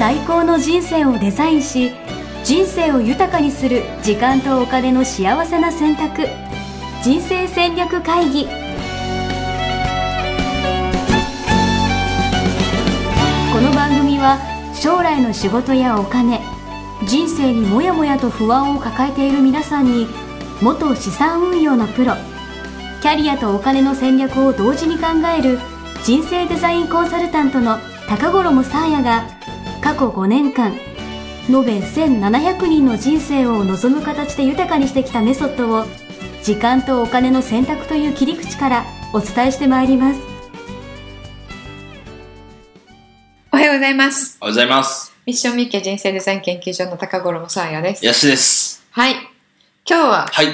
最高の人生をデザインし、人生を豊かにする時間とお金の幸せな選択、人生戦略会議。この番組は将来の仕事やお金、人生にもやもやと不安を抱えている皆さんに、元資産運用のプロ、キャリアとお金の戦略を同時に考える人生デザインコンサルタントの高頃もさあやが、過去5年間延べ1700人の人生を望む形で豊かにしてきたメソッドを、時間とお金の選択という切り口からお伝えしてまいります。 おはようございます。 おはようございます。 ミッションミッケ人生デザイン研究所の高頃もさあやです。 やすです。 はい。今日は、 はい。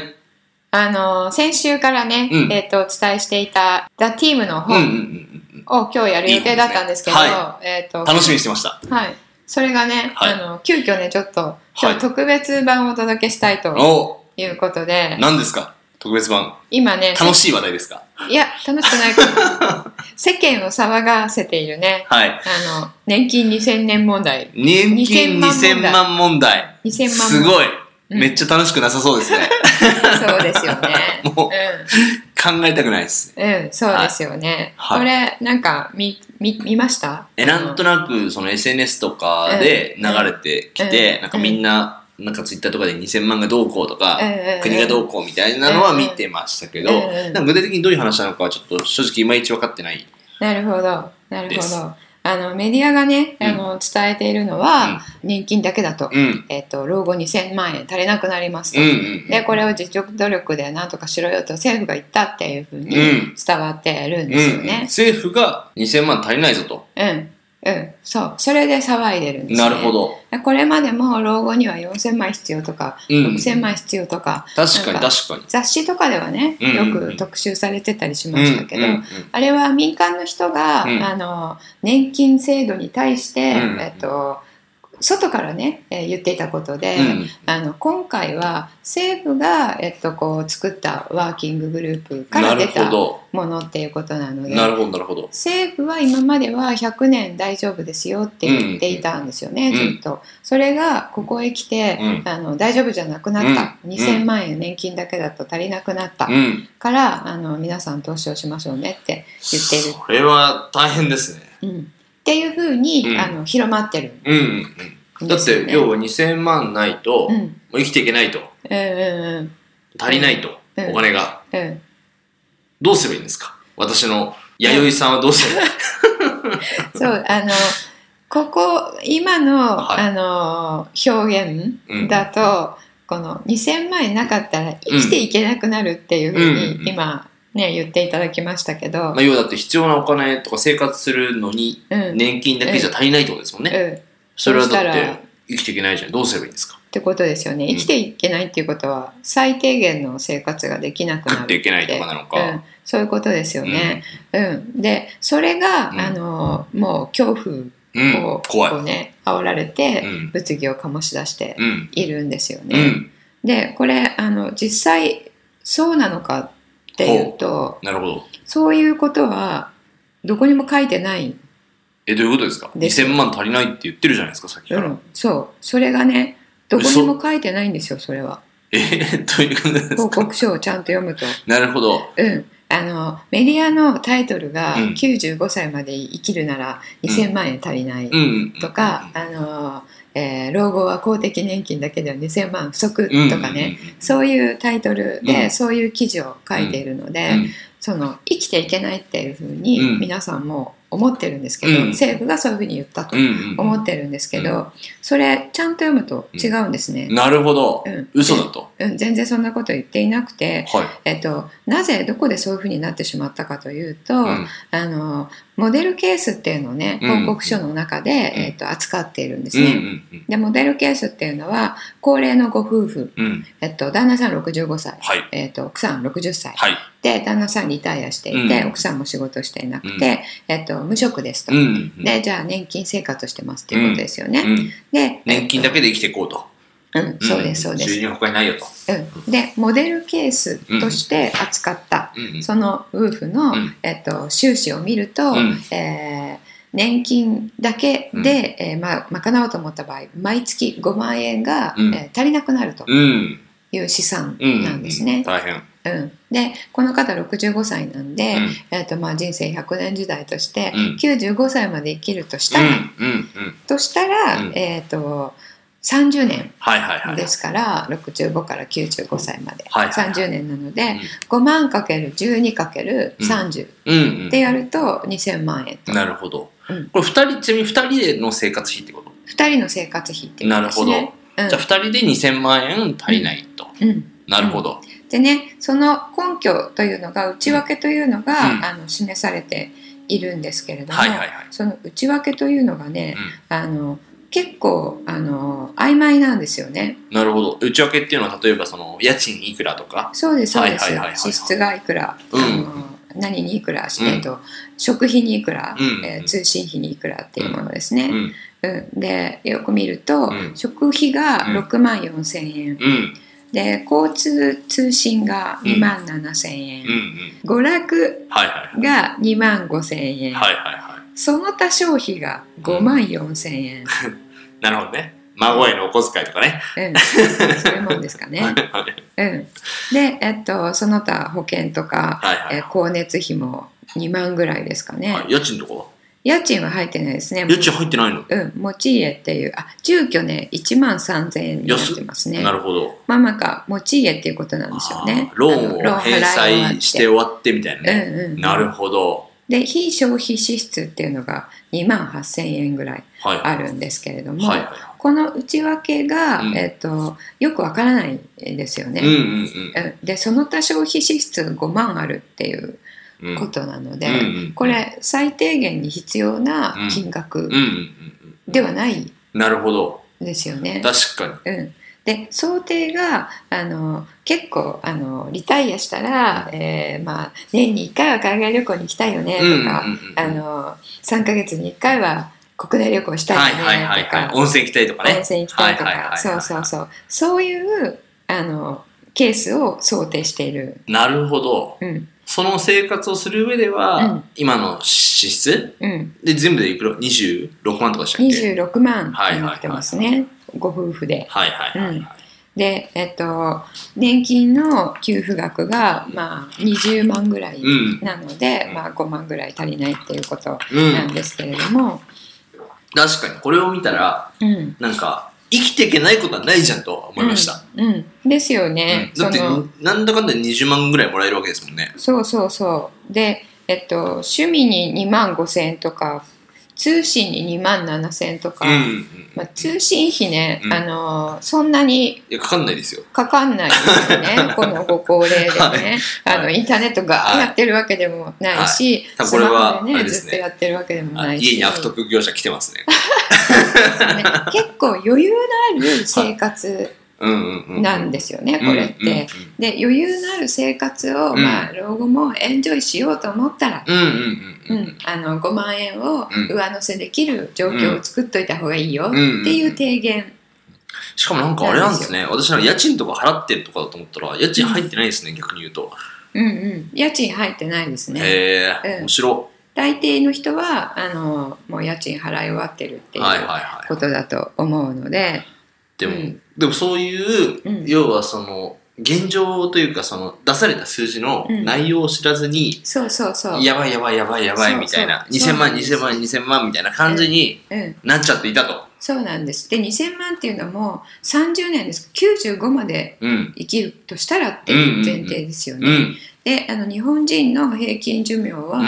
先週からね、お伝えしていた The Team の本を今日やる予定だったんですけど、 楽しみにしてました。 はい。それがね、急遽ね、ちょっと今日特別版をお届けしたいということで。 何ですか？特別版。 今ね、 楽しい話題ですか？ いや、楽しくないかも。世間を騒がせているね、年金2000年問題。 年金2000万問題。 2000万すごい。めっちゃ楽しくなさそうですね。 そうですよね。 もう、考えたくないです。 そうですよね。これ、なんか、見ました？ なんとなく、その SNS とかで流れてきて、なんかみんな、なんかツイッターとかで2000万がどうこうとか、国がどうこうみたいなのは見てましたけど、なんか具体的にどういう話なのかはちょっと正直いまいち分かってない。 なるほど。なるほど。メディアがね、伝えているのは、年金だけだと、老後2000万円足りなくなりますと。で、これを自助努力で何とかしろよと政府が言ったっていうふうに伝わってるんですよね。 政府が2000万足りないぞと。 そう。それで騒いでるんですね。 なるほど。 これまでも老後には4000万必要とか、6000万必要とか、 確かに。 雑誌とかではね、よく特集されてたりしましたけど、あれは民間の人が、年金制度に対して、外からね、言っていたことで、今回は政府が、こう作ったワーキンググループから出たものっていうことなので、 なるほど。 政府は今までは100年大丈夫ですよって言っていたんですよね、ずっと。それがここへ来て、大丈夫じゃなくなった。2000万円年金だけだと足りなくなった。から、皆さん投資をしましょうねって言っている。 それは大変ですね。 っていうふうに、広まってる。 だって要は2000万ないと、もう生きていけないと、足りないと、お金が、どうすればいいんですか？私の弥生さんはどうすればそう、今の、表現だと、この2000万円なかったら生きていけなくなるっていうふうに今ね、言っていただきましたけど、 要はだって必要なお金とか生活するのに年金だけじゃ足りないってことですもんね。それはだって生きていけないじゃん。どうすればいいんですかってことですよね。生きていけないっていうことは最低限の生活ができなくなるって。 食っていけないとかなのか、 そういうことですよね。でそれが、もう恐怖をこうね煽られて、物議を醸し出しているんですよね。でこれ実際そうなのかっていうと、 なるほど。 そういうことはどこにも書いてない。 どういうことですか？2000万足りないって言ってるじゃないですか、さっきから。 そう。それがね、どこにも書いてないんですよ、それは。 どういうことですか？ 報告書をちゃんと読むと。 なるほど。 メディアのタイトルが、95歳まで生きるなら2000万円足りないとか、老後は公的年金だけでは2000万不足とかね、そういうタイトルで、そういう記事を書いているので、その生きていけないっていうふうに皆さんも思ってるんですけど、政府がそういうふうに言ったと思ってるんですけど、それちゃんと読むと違うんですね。 なるほど。嘘だと。 全然そんなこと言っていなくて、なぜどこでそういうふうになってしまったかというと、モデルケースっていうのをね、報告書の中で、扱っているんですね。でモデルケースっていうのは高齢のご夫婦、旦那さん65歳、奥さん60歳、で旦那さんリタイアしていて、奥さんも仕事していなくて、無職ですと、でじゃあ年金生活してますっていうことですよね。で年金だけで生きていこうと。 そうですそうです。 収入他にないよと。 でモデルケースとして扱った、その夫婦の、収支を見ると、 年金だけで、賄おうと思った場合毎月5万円が、足りなくなるという試算なんですね。 大変。 でこの方65歳なんで、人生100年時代として、95歳まで生きるとしたら、30年ですから、65から95歳まで、30年なので、5万 ×12×30 でやると2000万円と。 なるほど。これちなみに2人での生活費ってこと ？2人の生活費ってことですね。 なるほど。じゃあ2人で2000万円足りないと。なるほど。 でね、その根拠というのが、内訳というのが、示されているんですけれども、その内訳というのがね、結構曖昧なんですよね。 なるほど。内訳っていうのは例えばその家賃いくらとか。 そうですそうです。支出がいくら、何にいくら、食費にいくら、通信費にいくらっていうものですね。でよく見ると、食費が6万4千円。で交通通信が2万7千円、娯楽が2万5千円、その他消費が5万4千円。 なるほどね。孫へのお小遣いとかね。 そういうもんですかね。で、その他保険とか、光熱費も2万ぐらいですかね。 家賃とかは？ 家賃は入ってないですね。 家賃入ってないの？ 持ち家っていう、住居ね、1万3000円になってますね。 なるほど。 持ち家っていうことなんですよね。 ローンを返済して終わってみたいなね。なるほど。で、 非消費支出っていうのが2万8000円ぐらいあるんですけれども、この内訳が、よくわからないですよね。で、その他消費支出が5万あるっていうことなので、これ最低限に必要な金額ではないですよね。 確かに。 で想定が結構リタイアしたら、年に1回は海外旅行に行きたいよねとか、3ヶ月に1回は国内旅行したいよねとか、 温泉行きたいとかね。 温泉行きたいとか、そういうケースを想定している。 なるほど。その生活をする上では、今の支出、で全部でいくら26万とかでしたっけ ？26万になってますね、ご夫婦で。で、年金の給付額が、20万ぐらいなので、5万ぐらい足りないっていうことなんですけれども、 確かにこれを見たら、なんか生きていけないことはないじゃんと思いました。 ですよね。 だってなんだかんだ20万ぐらいもらえるわけですもんね。 そうで、趣味に2万5千円とか、通信に2万7千円とか、通信費ね、そんなにかかんないですよ。 かかんないですよね。このご高齢でね、インターネットがやってるわけでもないし、 これはね、ずっとやってるわけでもないし、 家に悪徳業者来てますね。 結構余裕のある生活なんですよね、これって。で、余裕のある生活を、老後もエンジョイしようと思ったら、5万円を上乗せできる状況を作っといた方がいいよっていう提言。 しかもなんかあれなんですね、私なんか家賃とか払ってるとかだと思ったら、家賃入ってないですね、逆に言うと。 家賃入ってないですね。 へえ、面白い。 大抵の人はもう家賃払い終わってるっていうことだと思うので、 でもそういう、要はその現状というか、その出された数字の内容を知らずに、やばいみたいな、2000万みたいな感じになっちゃっていたと。 そうなんです。で、2000万っていうのも30年です。95まで生きるとしたらっていう前提ですよね。で、日本人の平均寿命は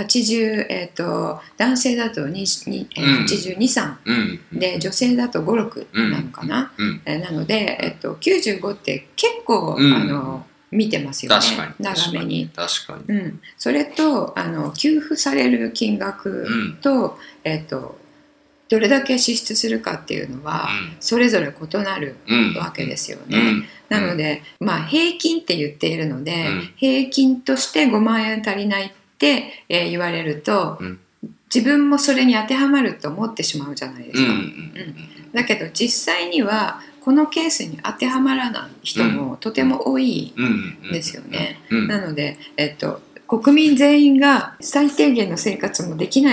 男性だと82、3で、女性だと5、6なのかな。なので、95って結構見てますよね。長めに。それと給付される金額と、どれだけ支出するかっていうのはそれぞれ異なるわけですよね。なので、平均って言っているので、平均として5万円足りないって言われると、自分もそれに当てはまると思ってしまうじゃないですか。だけど実際にはこのケースに当てはまらない人もとても多いんですよね。なので、国民全員が最低限の生活もできない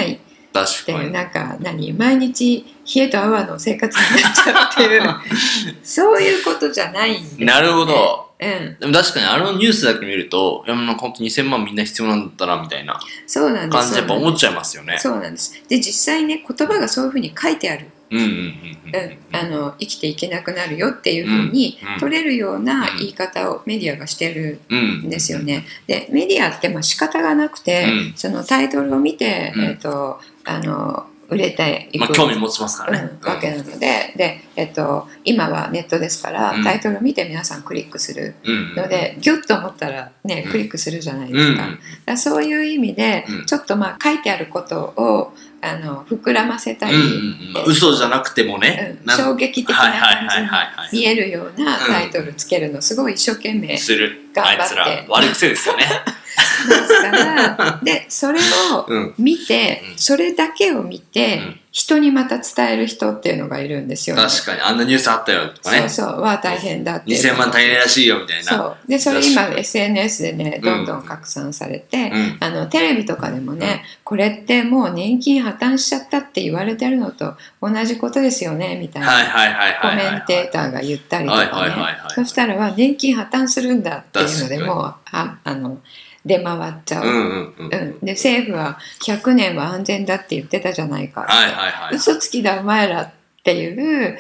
でなんか毎日冷えと泡の生活になっちゃうっていうそういうことじゃないんです、ね、 なるほど、でも確かにニュースだけ見るといやなんか本当に2000万みんな必要なんだなみたいな感じでやっぱ思っちゃいますよね。 そうなんです。で実際ね言葉がそういうふうに書いてある、生きていけなくなるよっていうふうに取れるような言い方をメディアがしてるんですよね。でメディアって仕方がなくて、そのタイトルを見て、売れていく、 興味持ちますからね、 わけなので、今はネットですから、タイトルを見て皆さんクリックするので、ギュッと思ったらねクリックするじゃないですか。だからそういう意味で、ちょっと書いてあることを膨らませたり、 嘘じゃなくてもね、 衝撃的な感じに見えるようなタイトルつけるのすごい一生懸命頑張って、あいつら悪癖ですよねですからでそれを見て、それだけを見て、人にまた伝える人っていうのがいるんですよね。 確かにあんなニュースあったよとかね。 そうは大変だって 2000万足りないらしいよみたいな。 そうでそれ今 SNS でねどんどん拡散されて、テレビとかでもね、これってもう年金破綻しちゃったって言われてるのと同じことですよねみたいなコメンテーターが言ったりとかね。そしたら年金破綻するんだっていうのでもう出回っちゃう、で政府は100年は安全だって言ってたじゃないか、嘘つきだお前らっていう、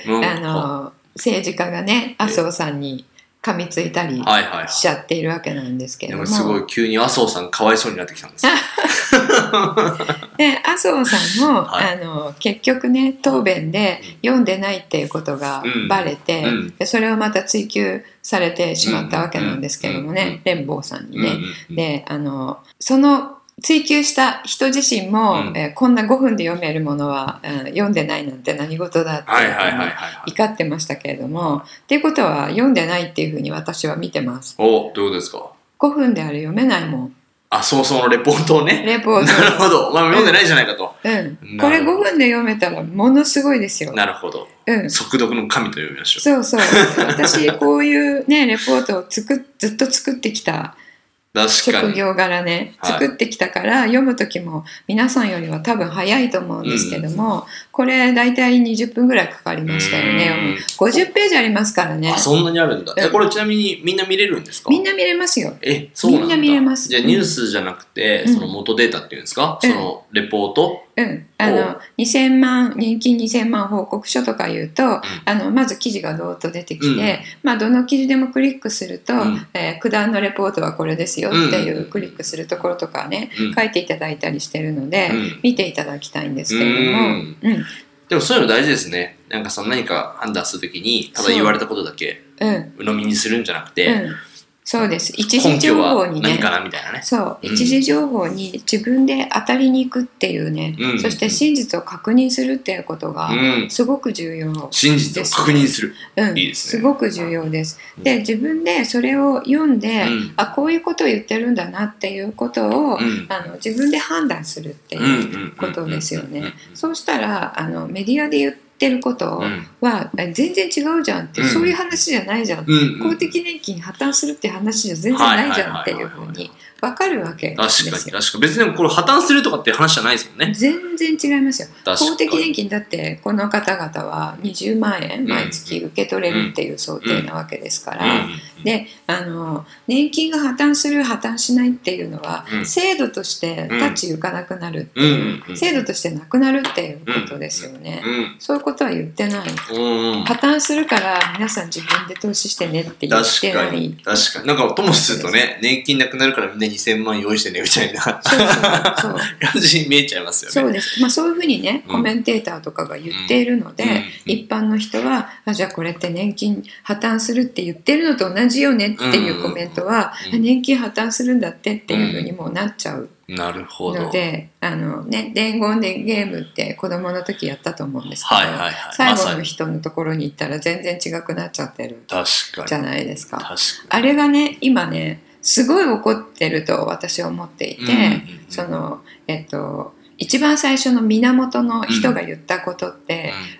政治家がね麻生さんに噛みついたりしちゃっているわけなんですけれども、 すごい急に麻生さんかわいそうになってきたんですで麻生さんも、結局ね答弁で読んでないっていうことがバレて、でそれをまた追及されてしまったわけなんですけれどもね、連邦さんにね、でその追求した人自身も、こんな5分で読めるものは、読んでないなんて何事だって怒ってましたけれども、っていうことは読んでないっていうふうに私は見てます。 どういうことですか ？5分であれ読めないもん。 そもそものレポートをね。 レポート。 なるほど。お前も読んでないじゃないかと。 これ5分で読めたらものすごいですよ。 なるほど。速読の神と呼びましょう。そう私こういうねレポートをずっと作ってきた職業柄ね作ってきたから、読む時も皆さんよりは多分早いと思うんですけども、これ大体20分ぐらいかかりましたよね。50ページありますからね。 そんなにあるんだ。これちなみにみんな見れるんですか？ みんな見れますよ。 そうなんだ。 みんな見れます。 じゃあニュースじゃなくて、その元データっていうんですか、そのレポート、 2000万年金2000万報告書とかいうと、まず記事がどーっと出てきて、どの記事でもクリックすると、九段のレポートはこれですよっていうクリックするところとかね、書いていただいたりしてるので、見ていただきたいんですけれども、 でもそういうの大事ですね。なんか何か判断するときにただ言われたことだけ鵜呑みにするんじゃなくて、 そうです。一時情報にね、 根拠は何かなみたいなね。 そう、一時情報に自分で当たりに行くっていうね、そして真実を確認するっていうことがすごく重要です。 真実を確認する。いいですね。 すごく重要です。で、自分でそれを読んで、こういうことを言ってるんだなっていうことを、自分で判断するっていうことですよね。そうしたらメディアで言ってることは全然違うじゃんって、そういう話じゃないじゃん、公的年金破綻するって話じゃ全然ないじゃんっていうふうに分かるわけですよ。 確かに別にこれ破綻するとかっていう話じゃないですもんね。 全然違いますよ。公的年金だってこの方々は20万円毎月受け取れるっていう想定なわけですから、で年金が破綻する破綻しないっていうのは、制度として立ち行かなくなるっていう、制度としてなくなるっていうことですよね。そういうことは言ってない。破綻するから皆さん自分で投資してねって言ってない。 確かになんかともするとね、年金なくなるからみんな2000万用意してねみたいな感じに見えちゃいますよね。 そうです。そういうふうにね、コメンテーターとかが言っているので、一般の人はじゃあこれって年金破綻するって言ってるのと同じよねっていうコメントは、年金破綻するんだってっていうふうにもうなっちゃう。 なるほど。 ので伝言でゲームって子供の時やったと思うんですけど、最後の人のところに行ったら全然違くなっちゃってるじゃないですか。あれがね今ねすごい怒ってると私は思っていて、一番最初の源の人が言ったことって、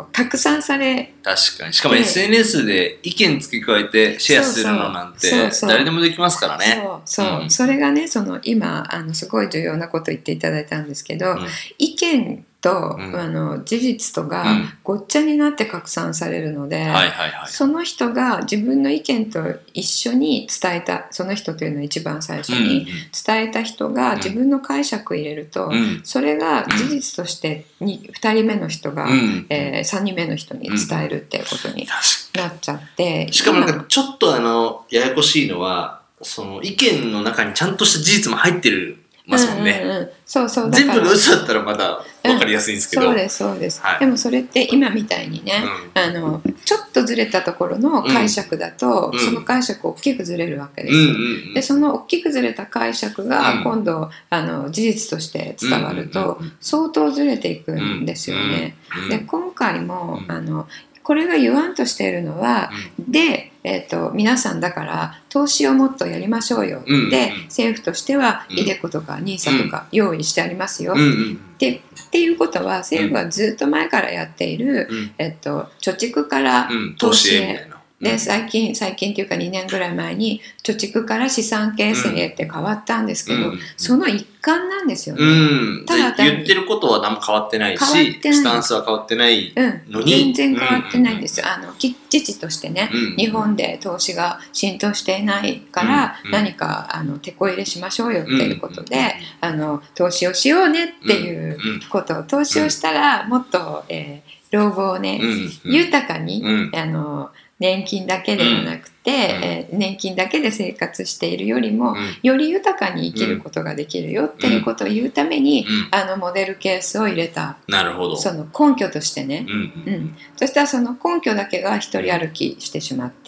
拡散され、 確かに。しかも SNS で意見付け加えてシェアするのなんて誰でもできますからね。 それがね、今すごい重要なこと言っていただいたんですけど、意見と、事実とがごっちゃになって拡散されるので、その人が自分の意見と一緒に伝えた、その人というのは一番最初に伝えた人が自分の解釈を入れると、それが事実として2人目の人が、3人目の人に伝えるっていうことになっちゃって、 しかもなんかちょっとややこしいのは、その意見の中にちゃんとした事実も入ってるますもんね。全部が嘘だったらまだ分かりやすいんですけど、 そうですそうです、でもそれって今みたいにね、ちょっとずれたところの解釈だと、その解釈大きくずれるわけですよ、でその大きくずれた解釈が今度事実として伝わると相当ずれていくんですよね、で今回もこれが言わんとしているのは、で、皆さんだから投資をもっとやりましょうよ、で政府としてはiDeCoとかNISAとか用意してありますよ、っていうことは政府はずっと前からやっている、貯蓄から投資へ、で最近っていうか2年ぐらい前に貯蓄から資産形成へって変わったんですけど、その一環なんですよね、 ただ言ってることは何も変わってないし、スタンスは変わってないのに、 全然変わってないんですよ。自治としてね、日本で投資が浸透していないから、何か手こ入れしましょうよっていうことで、投資をしようねっていうことを、投資をしたらもっと、老後をね、豊かに、年金だけではなくて、年金だけで生活しているよりも、より豊かに生きることができるよっていうことを言うために、モデルケースを入れた。 なるほど。 その根拠としてね、そしたらその根拠だけが一人歩きしてしまって、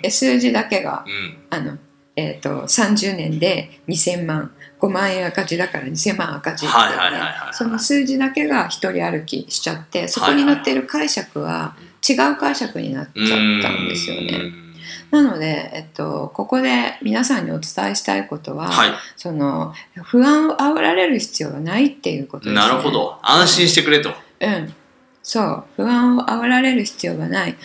数字だけが、30年で2000万5万円赤字だから2000万赤字って、その数字だけが一人歩きしちゃって、そこに載っている解釈は違う解釈になっちゃったんですよね。なので、ここで皆さんにお伝えしたいことは、その不安を煽られる必要はないっていうことですね。 なるほど。安心してくれと。 そう不安を煽られる必要はない、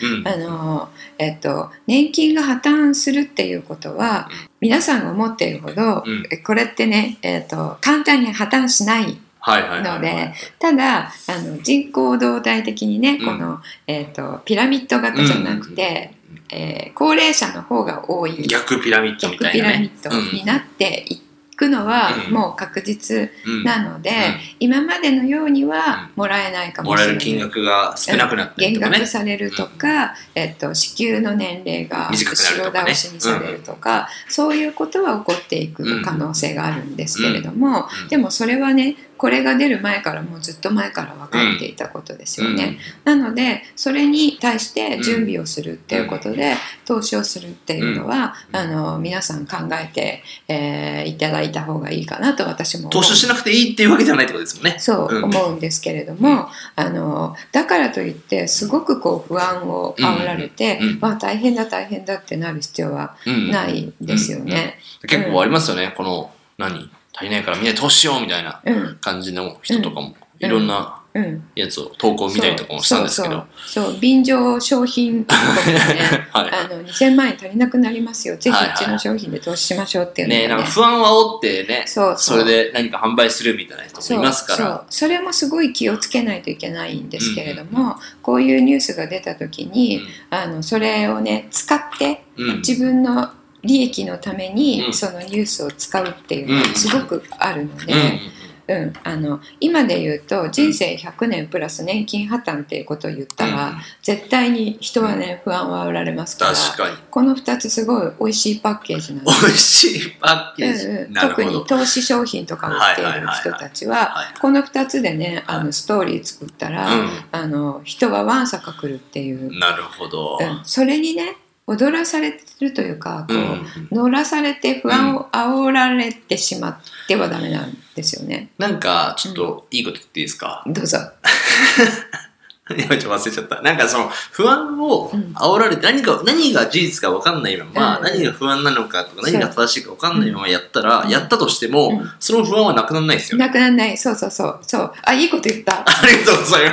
年金が破綻するっていうことは、皆さんが思っているほど、これってね、簡単に破綻しないので、ただ人口動態的にね、この、ピラミッド型じゃなくて、高齢者の方が多い逆ピラミッドみたいな、 逆ピラミッドになっていくのはもう確実なので、今までのようにはもらえないかもしれない、 もらえる金額が少なくなったりとかね、 減額されるとか、支給の年齢が後ろ倒しにされるとか、そういうことは起こっていく可能性があるんですけれども、でもそれはね、これが出る前からもうずっと前から分かっていたことですよね、なのでそれに対して準備をするっていうことで、投資をするっていうのは、皆さん考えて、いただいた方がいいかなと私も思う。 投資しなくていいっていうわけではないってことですもんね。 そう思うんですけれども、だからといってすごくこう不安を煽られて、大変だ大変だってなる必要はないですよね。 結構ありますよね、この足りないからみんな投資しようみたいな感じの人とかも、いろんなやつを投稿見たりとかもしたんですけど、 そう便乗商品とかね、2000万円足りなくなりますよ、ぜひうちの商品で投資しましょうっていうのがね、 なんか不安を煽ってね、それで何か販売するみたいな人もいますから、 それもすごい気をつけないといけないんですけれども、こういうニュースが出た時に、それをね使って自分の利益のためにそのニュースを使うっていうのがすごくあるので、今で言うと人生100年プラス年金破綻っていうことを言ったら、絶対に人はね不安を煽られますから、この2つすごい美味しいパッケージなんです。 美味しいパッケージ、 特に投資商品とか売っている人たちはこの2つでね、ストーリー作ったら、人はわんさか来るっていう。 なるほど、 それにね踊らされてるというか、こう乗らされて不安を煽られてしまってはダメなんですよね。 なんかちょっといいこと言っていいですか？ どうぞ。 ちょっと忘れちゃった。なんかその不安を煽られて、何が事実か分かんないまま、何が不安なのかとか何が正しいか分かんないままやったら、やったとしても、その不安はなくならないですよね。 なくならない。そう。あ、いいこと言った。 ありがとうございます。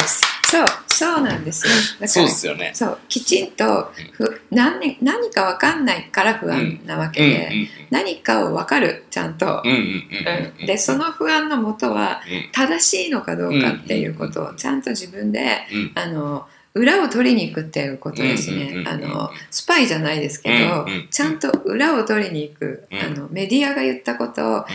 そうなんですよ。だからそうですよね。 そうきちんと何か分かんないから不安なわけで、何かを分かるちゃんと、でその不安のもとは正しいのかどうかっていうことをちゃんと自分で、裏を取りに行くっていうことですね。スパイじゃないですけど、ちゃんと裏を取りに行く、メディアが言ったこと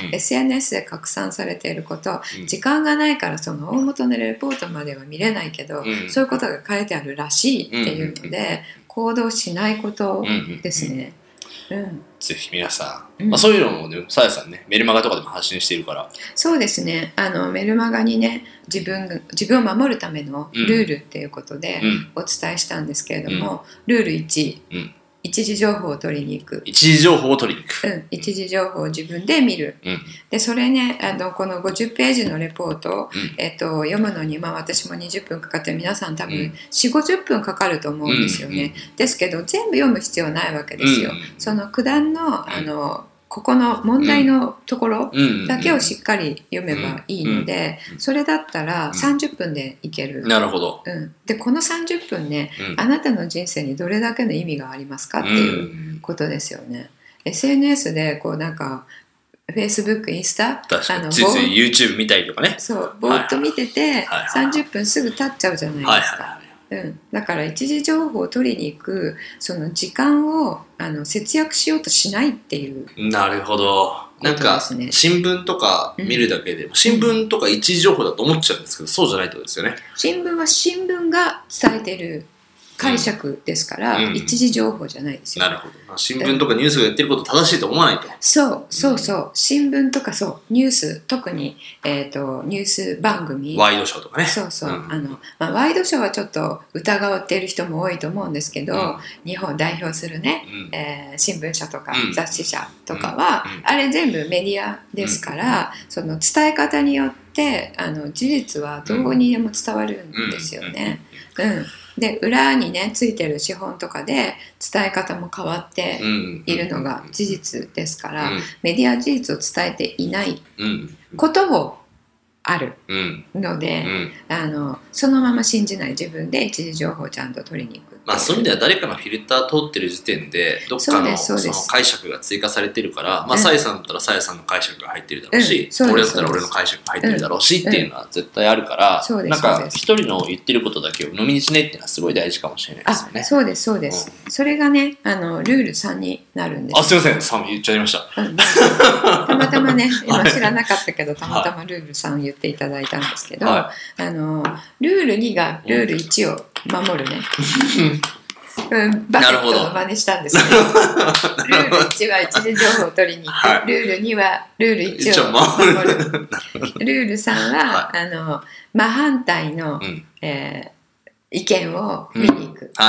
、SNS で拡散されていること、時間がないからその大元のレポートまでは見れないけど、そういうことが書いてあるらしいっていうので、行動しないことですね。 ぜひ皆さん、そういうのもね、さやさんね、メルマガとかでも発信しているから。 そうですね。メルマガにね、自分を守るためのルールっていうことでお伝えしたんですけれども、ルール1、一時情報を取りに行く。 一時情報を取りに行く。 一時情報を自分で見る。でそれね、この50ページのレポートを、読むのに、私も20分かかって皆さん多分4、50分かかると思うんですよね。ですけど全部読む必要ないわけですよ。その九段のここの問題のところだけをしっかり読めばいいので、それだったら30分でいける。 なるほど。 でこの30分ね、あなたの人生にどれだけの意味がありますかっていうことですよね。SNS でこうなんかFacebook、インスタ、 確かについつい YouTube 見たりとかね。 そうぼーっと見てて30分すぐ経っちゃうじゃないですか。だから一時情報を取りに行くその時間を節約しようとしないっていう。 なるほど。なんか新聞とか見るだけでも、新聞とか一時情報だと思っちゃうんですけど、そうじゃないってことですよね。 新聞は新聞が伝えてる解釈ですから、一時情報じゃないですよ。 なるほど。新聞とかニュースが言ってること正しいと思わないと。 そう新聞とかニュース、特に、ニュース番組、 ワイドショーとかね。 ワイドショーはちょっと疑っている人も多いと思うんですけど、日本を代表するね、新聞社とか雑誌社とかは、あれ全部メディアですから、その伝え方によって事実はどこにでも伝わるんですよね。で裏にねついてる資本とかで伝え方も変わっているのが事実ですから、メディア事実を伝えていないこともあるので、そのまま信じない、自分で一時情報をちゃんと取りに行く。 そういう意味では誰かのフィルター通ってる時点でどっかのその解釈が追加されてるから、さやさんだったらさやさんの解釈が入ってるだろうし、俺だったら俺の解釈が入ってるだろうしっていうのは絶対あるから、なんか一人の言ってることだけを飲みにしないっていうのはすごい大事かもしれないですよね。 そうです、それがねルール3になるんです。 すいません、3言っちゃいました。 たまたまね今知らなかったけどたまたまルール3言っていただいたんですけど、ルール2がルール1を守るね。バケットの真似したんですけど、ルール1は一時情報を取りに行く、ルール2はルール1を守る、ルール3は真反対の、意見を見に行く。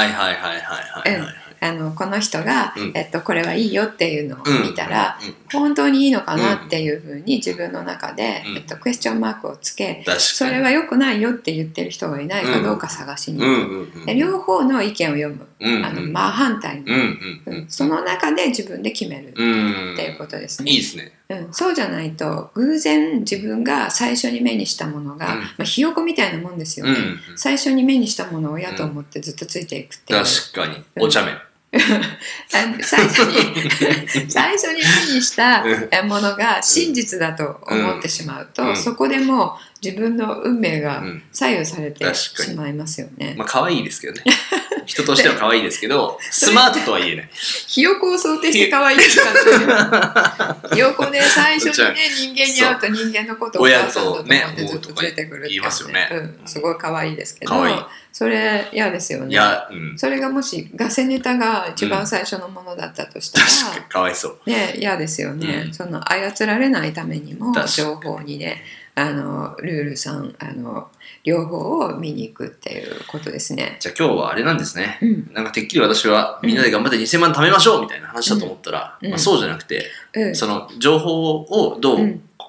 この人が、これはいいよっていうのを見たら、本当にいいのかなっていうふうに自分の中で、クエスチョンマークをつけ、それは良くないよって言ってる人がいないかどうか探しに行く。で両方の意見を読む。真反対の、その中で自分で決めるっていうことですね。 いいですね。 そうじゃないと偶然自分が最初に目にしたものが、ひよこみたいなもんですよね。最初に目にしたものを親と思ってずっとついていくっていう。 確かにお茶目。 最初に目にしたものが真実だと思ってしまうと、そこでもう自分の運命が左右されてしまいますよね。 可愛いですけどね。人としては可愛いですけど、スマートとは言えない。 ひよこを想定して可愛いですかって。ひよこで最初にね人間に会うと人間のことをお母さんだと思ってずっと連れてくるって言いますよね。すごい可愛いですけど、それ嫌ですよね。それがもしガセネタが一番最初のものだったとしたら、 確かにかわいそう。 ね、嫌ですよね。その操られないためにも情報にね、ルール3両方を見に行くっていうことですね。 じゃあ今日はあれなんですね、なんかてっきり私はみんなで頑張って2000万貯めましょうみたいな話だと思ったら、そうじゃなくて、その情報をどう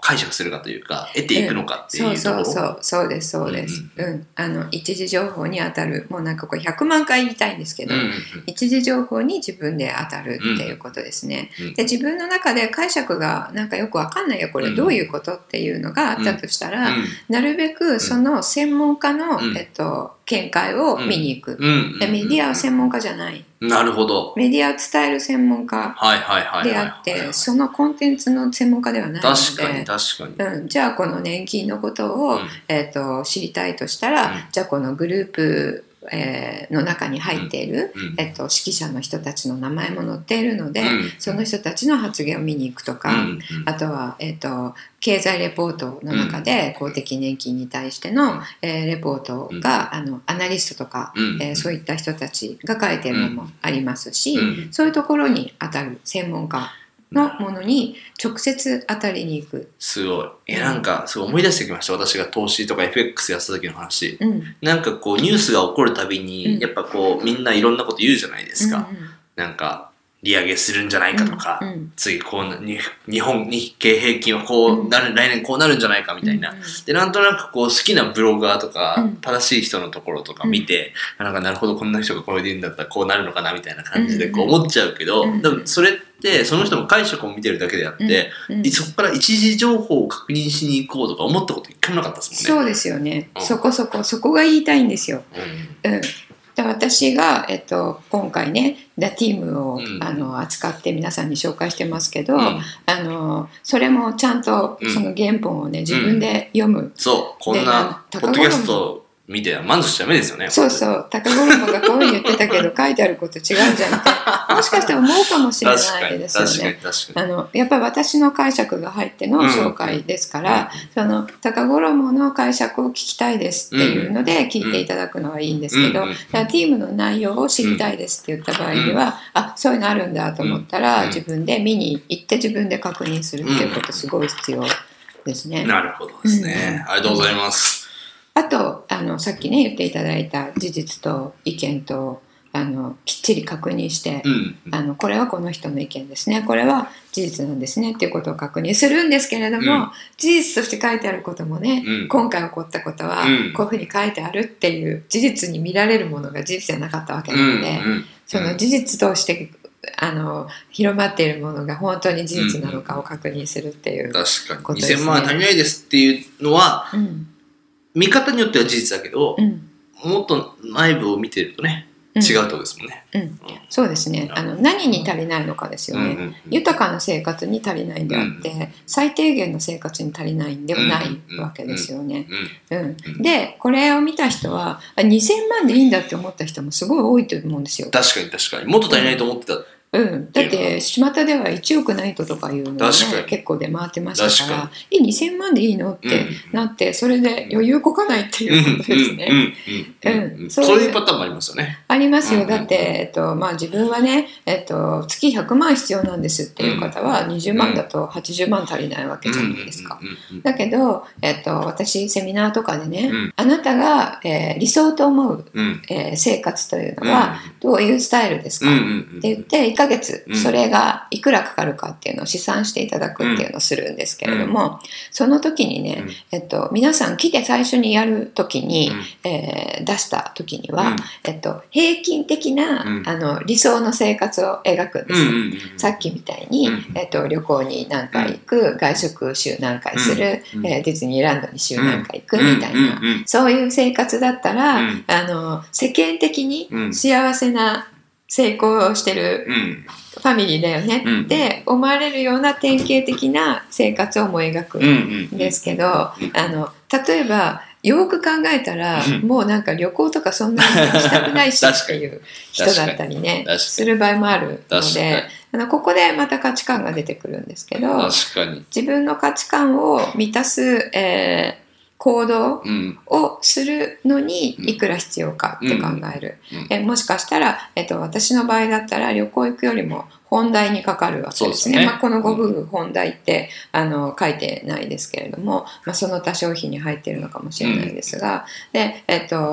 解釈するかというか得ていくのかっていうところ、 そうです、一時情報に当たる、もうなんかこれ100万回言いたいんですけど、一時情報に自分で当たるっていうことですね。で自分の中で解釈がなんかよくわかんないよ、これどういうことっていうのがあったとしたら、なるべくその専門家の、見解を見に行く、でメディアは専門家じゃない。 なるほど。 メディアを伝える専門家であって、そのコンテンツの専門家ではないので、 確かに、 じゃあこの年金のことを、知りたいとしたら、じゃあこのグループの中に入っている、指揮者の人たちの名前も載っているので、その人たちの発言を見に行くとか、あとは、経済レポートの中で公的年金に対しての、レポートが、アナリストとか、そういった人たちが書いているのもありますし、そういうところに当たる専門家のものに直接当たりに行く。 すごい。なんかすごい思い出してきました。私が投資とか FX やってた時の話。なんかこうニュースが起こるたびに、やっぱこうみんないろんなこと言うじゃないですか。なんか利上げするんじゃないかとか、次こう日経平均はこうなる、来年こうなるんじゃないかみたいな。でなんとなくこう好きなブロガーとか、正しい人のところとか見て、なんかなるほどこんな人がこれで言うんだったらこうなるのかなみたいな感じでこう思っちゃうけど、でもそれってその人の解釈を見てるだけであって、そこから一時情報を確認しに行こうとか思ったこと一回もなかったですもんね。 そうですよね。そこが言いたいんですよ。で私が、今回ねTEAMを、扱って皆さんに紹介してますけど、それもちゃんとその原本をね、自分で読む。 そうこんなポッドキャスト見て満足しちゃダメですよね。 そう高五郎がこういうふうに言ってたけど書いてあること違うじゃんってもしかしたら思うかもしれないですよね。やっぱり私の解釈が入っての紹介ですから、その高五郎の解釈を聞きたいですっていうので聞いていただくのはいいんですけど、TEAMの内容を知りたいですって言った場合には、そういうのあるんだと思ったら、自分で見に行って自分で確認するっていうことすごい必要ですね。 なるほどですね。ありがとうございます。 あとさっきね言っていただいた事実と意見ときっちり確認して、これはこの人の意見ですね、これは事実なんですねっていうことを確認するんですけれども、事実として書いてあることもね、今回起こったことはこういうふうに書いてあるっていう事実に見られるものが事実じゃなかったわけなので、その事実として広まっているものが本当に事実なのかを確認するっていうことですね。 2000万足りないですっていうのは、見方によっては事実だけど、もっと内部を見てるとね、違うってことですもんね。 そうですね。何に足りないのかですよね。豊かな生活に足りないんであって、最低限の生活に足りないんではないわけですよね。でこれを見た人は2000万でいいんだって思った人もすごい多いと思うんですよ。 確かにもっと足りないと思ってた。 だって巷では1億ないとかいうのが、ね、結構出回ってましたから2000万でいいのってなって、それで余裕こかないっていうことですね。 そういうパターンもありますよね。 ありますよ。だって、自分はね、月100万必要なんですっていう方は20万だと80万足りないわけじゃないですか。だけど、私セミナーとかでね、あなたが、理想と思う、生活というのはどういうスタイルですかって言って1ヶ月それがいくらかかるかっていうのを試算していただくっていうのをするんですけれども、その時にね、皆さん来て最初にやる時に、出した時には、平均的な、理想の生活を描くんですよ。さっきみたいに、旅行に何回行く、外食週何回する、ディズニーランドに週何回行くみたいな、そういう生活だったら、世間的に幸せな成功してるファミリーだよねって思われるような典型的な生活を思い描くんですけど、例えばよく考えたら、もうなんか旅行とかそんなにしたくないしっていう人だったりねする場合もあるので、ここでまた価値観が出てくるんですけど、自分の価値観を満たす、行動をするのにいくら必要かって考える。もしかしたら、私の場合だったら旅行行くよりも本題にかかるわけですね。このご夫婦本題って書いてないですけれども、その他商品に入っているのかもしれないですが、で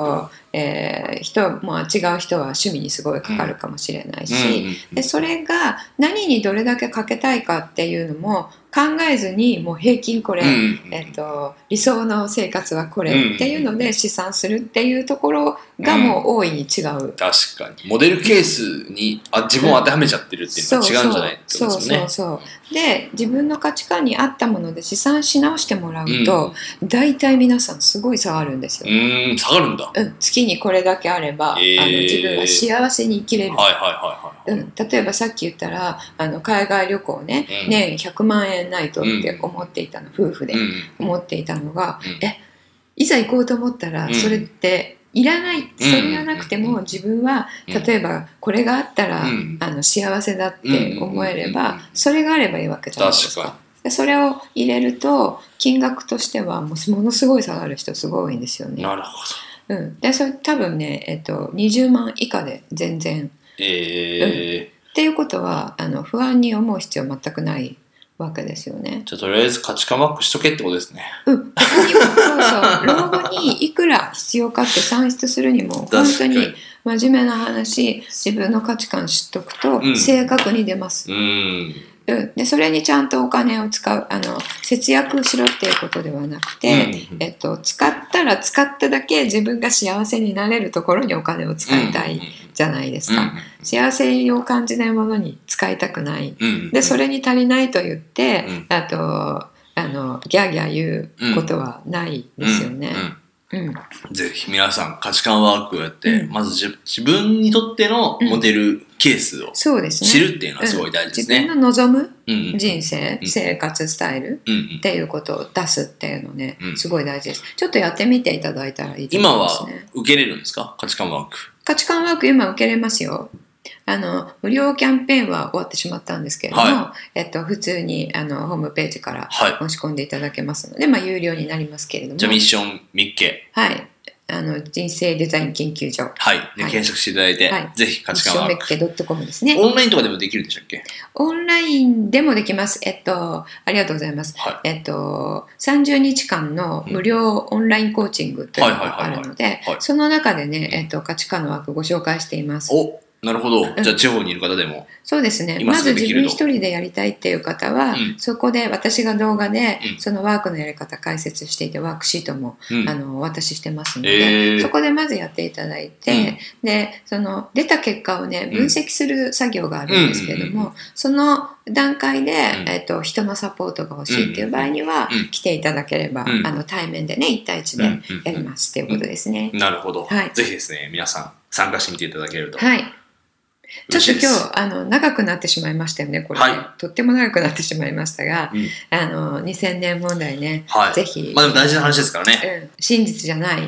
人も違う人は趣味にすごいかかるかもしれないし、でそれが何にどれだけかけたいかっていうのも考えずにもう平均これ、理想の生活はこれっていうので試算するっていうところがもう大いに違う、 確かにモデルケースに自分を当てはめちゃってるっていうのは違うんじゃないってことですよね。 そうで自分の価値観に合ったもので試算し直してもらうと、大体皆さんすごい下がるんですよ。 下がるんだ。 月にこれだけあれば、自分が幸せに生きれる。例えばさっき言ったら海外旅行ね、年100万円ないとって思っていたの、夫婦で思っていたのが、いざ行こうと思ったらそれっていらない、それがなくても自分は例えばこれがあったら幸せだって思えれば、それがあればいいわけじゃないですか。でそれを入れると金額としてはものすごい下がる人すごい多いんですよね。 なるほど。 でそれ多分ね、20万以下で全然、っていうことは不安に思う必要全くないわけですよね。 じゃあとりあえず価値観ワークしとけってことですね。 老後にいくら必要かって算出するにも本当に真面目な話、自分の価値観知っとくと正確に出ます。でそれにちゃんとお金を使う節約しろっていうことではなくて、使ったら使っただけ自分が幸せになれるところにお金を使いたいじゃないですか。幸せを感じないものに使いたくない、でそれに足りないと言って、ギャーギャー言うことはないですよね。 ぜひ皆さん価値観ワークをやって、まず自分にとってのモデルケースを知るっていうのはすごい大事ですね。 自分の望む人生、生活スタイルっていうことを出すっていうのね、すごい大事です。ちょっとやってみていただいたらいいと思いますね。 今は受けれるんですか、価値観ワーク。 価値観ワーク今受けれますよ。無料キャンペーンは終わってしまったんですけれども、普通にホームページから申し込んでいただけますので、有料になりますけれども。 じゃあミッションミッケ。 人生デザイン研究所。 検索していただいて、ぜひ価値観ワーク。 ミッションメッケ .com ですね。 オンラインとかでもできるんでしたっけ？ オンラインでもできます。ありがとうございます。30日間の無料オンラインコーチングというのがあるので、その中でね、価値観のワークご紹介しています。 なるほど。じゃあ地方にいる方でも、 そうですね。まず自分一人でやりたいっていう方は、そこで私が動画でそのワークのやり方解説していて、ワークシートもお渡ししてますので、そこでまずやっていただいて、でその出た結果をね分析する作業があるんですけれども、その段階で、人のサポートが欲しいっていう場合には、来ていただければ、対面でね1対1でやりますっていうことですね。 なるほど。ぜひですね、皆さん参加してみていただけると。 ちょっと今日長くなってしまいましたよね、これ、とっても長くなってしまいましたが、2000年問題ね、ぜひ、 でも大事な話ですからね、 真実じゃない、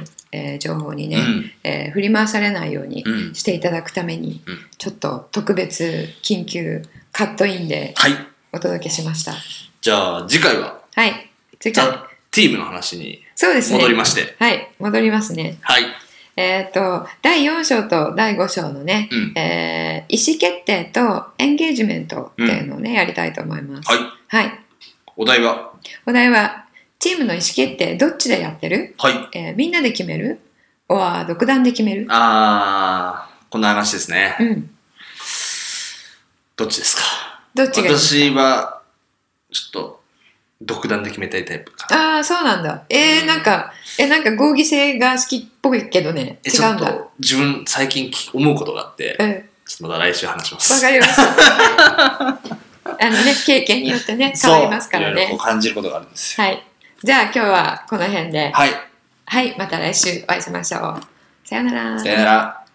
情報にね、振り回されないようにしていただくために、ちょっと特別緊急カットインでお届けしました。 じゃあ次回は、 次回ザ・ティームの話に戻りまして、 戻りますね。第4章と第5章のね、意思決定とエンゲージメントっていうのをね、やりたいと思います。お題はチームの意思決定どっちでやってる？みんなで決める？独断で決める？ こんな話ですね。どっちですか？私はちょっと独断で決めたいタイプか。 そうなんだ。なんか合議制が好きっぽいけどね、違うんだ。 ちょっと自分最近思うことがあって、ちょっとまた来週話します。 わかりました。経験によってね変わりますからね。 いろいろ感じることがあるんですよ。 じゃあ今日はこの辺で。また来週お会いしましょう。さよなら。 さよなら。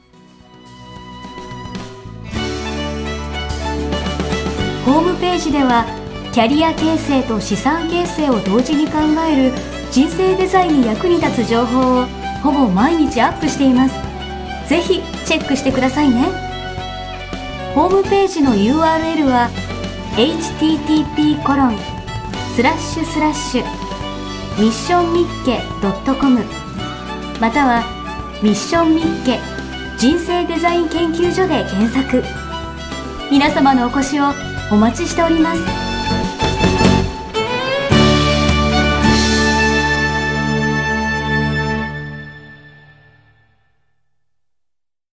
ホームページではキャリア形成と資産形成を同時に考える人生デザインに役に立つ情報をほぼ毎日アップしています。ぜひチェックしてくださいね。ホームページの URL は http://missionmicke.com またはミッションミッケ人生デザイン研究所で検索。皆様のお越しをお待ちしております。